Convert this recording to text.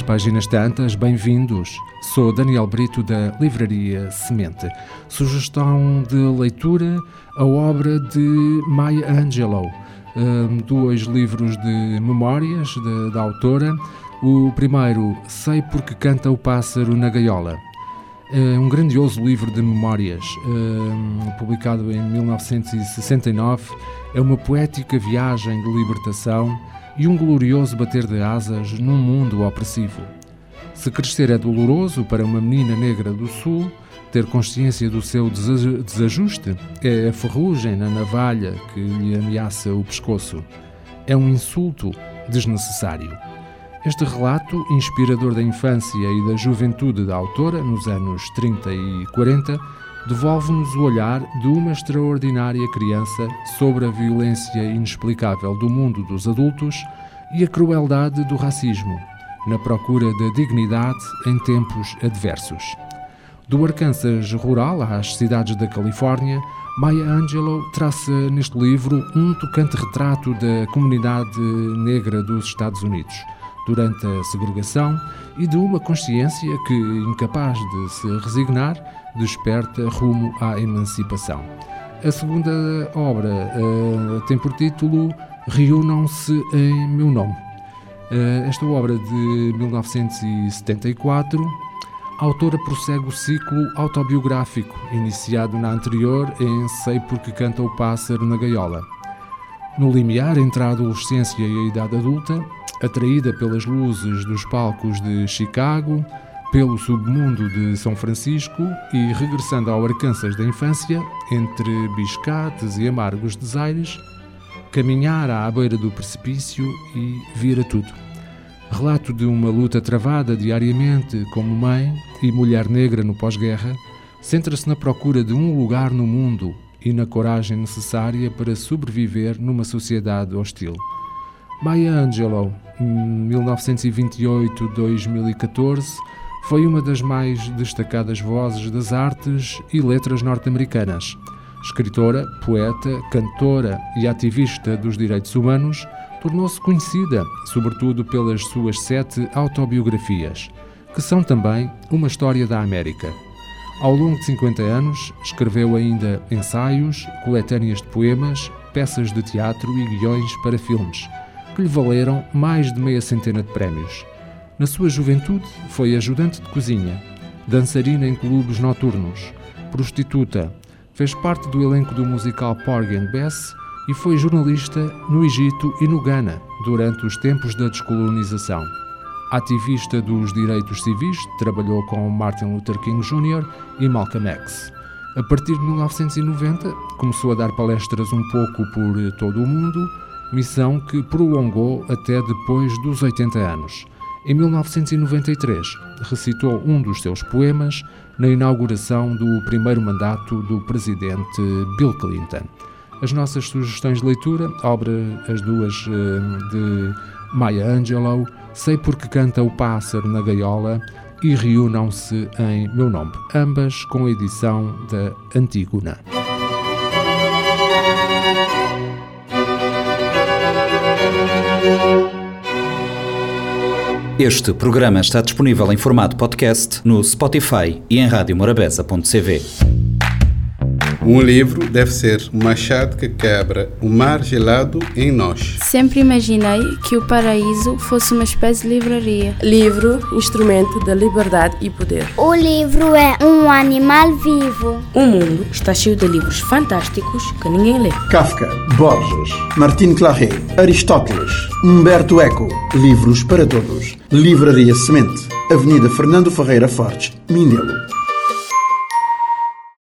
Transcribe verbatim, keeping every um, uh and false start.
páginas tantas, bem-vindos. Sou Daniel Brito da Livraria Semente. Sugestão de leitura, a obra de Maya Angelou. Um, dois livros de memórias de, da autora. O primeiro, Sei Porque Canta o Pássaro na Gaiola. É um grandioso livro de memórias, um, publicado em mil novecentos e sessenta e nove. É uma poética viagem de libertação e um glorioso bater de asas num mundo opressivo. Se crescer é doloroso para uma menina negra do Sul, ter consciência do seu desajuste é a ferrugem na navalha que lhe ameaça o pescoço. É um insulto desnecessário. Este relato, inspirador da infância e da juventude da autora, nos anos trinta e quarenta, devolve-nos o olhar de uma extraordinária criança sobre a violência inexplicável do mundo dos adultos e a crueldade do racismo, na procura da dignidade em tempos adversos. Do Arkansas rural às cidades da Califórnia, Maya Angelou traça neste livro um tocante retrato da comunidade negra dos Estados Unidos, durante a segregação, e de uma consciência que, incapaz de se resignar, desperta rumo à emancipação. A segunda obra uh, tem por título Reúnam-se em Meu Nome. Uh, esta obra de mil novecentos e setenta e quatro, a autora prossegue o ciclo autobiográfico iniciado na anterior em Sei Porque Canta o Pássaro na Gaiola. No limiar entre a adolescência e a idade adulta, atraída pelas luzes dos palcos de Chicago, pelo submundo de São Francisco e regressando ao Arkansas da infância, entre biscates e amargos desaires, caminhar à beira do precipício e vira tudo. Relato de uma luta travada diariamente como mãe e mulher negra no pós-guerra, centra-se na procura de um lugar no mundo e na coragem necessária para sobreviver numa sociedade hostil. Maya Angelou, mil novecentos e vinte e oito a dois mil e catorze, foi uma das mais destacadas vozes das artes e letras norte-americanas. Escritora, poeta, cantora e ativista dos direitos humanos, tornou-se conhecida, sobretudo pelas suas sete autobiografias, que são também uma história da América. Ao longo de cinquenta anos, escreveu ainda ensaios, coletâneas de poemas, peças de teatro e guiões para filmes, que lhe valeram mais de meia centena de prémios. Na sua juventude, foi ajudante de cozinha, dançarina em clubes noturnos, prostituta, fez parte do elenco do musical Porgy and Bess e foi jornalista no Egito e no Ghana durante os tempos da descolonização. Ativista dos direitos civis, trabalhou com Martin Luther King Júnior e Malcolm X. A partir de mil novecentos e noventa, começou a dar palestras um pouco por todo o mundo, missão que prolongou até depois dos oitenta anos. Em mil novecentos e noventa e três, recitou um dos seus poemas na inauguração do primeiro mandato do presidente Bill Clinton. As nossas sugestões de leitura, obra as duas de Maya Angelou, Sei Porque Canta o Pássaro na Gaiola e Reúnam-se em Meu Nome, ambas com a edição da Antígona. Este programa está disponível em formato podcast no Spotify e em rádio morabeza ponto c v. Um livro deve ser um machado que quebra o mar gelado em nós. Sempre imaginei que o paraíso fosse uma espécie de livraria. Livro, instrumento da liberdade e poder. O livro é um animal vivo. O mundo está cheio de livros fantásticos que ninguém lê. Kafka, Borges, Martín Claret, Aristóteles, Humberto Eco. Livros para todos. Livraria Semente. Avenida Fernando Ferreira Fortes, Mindelo.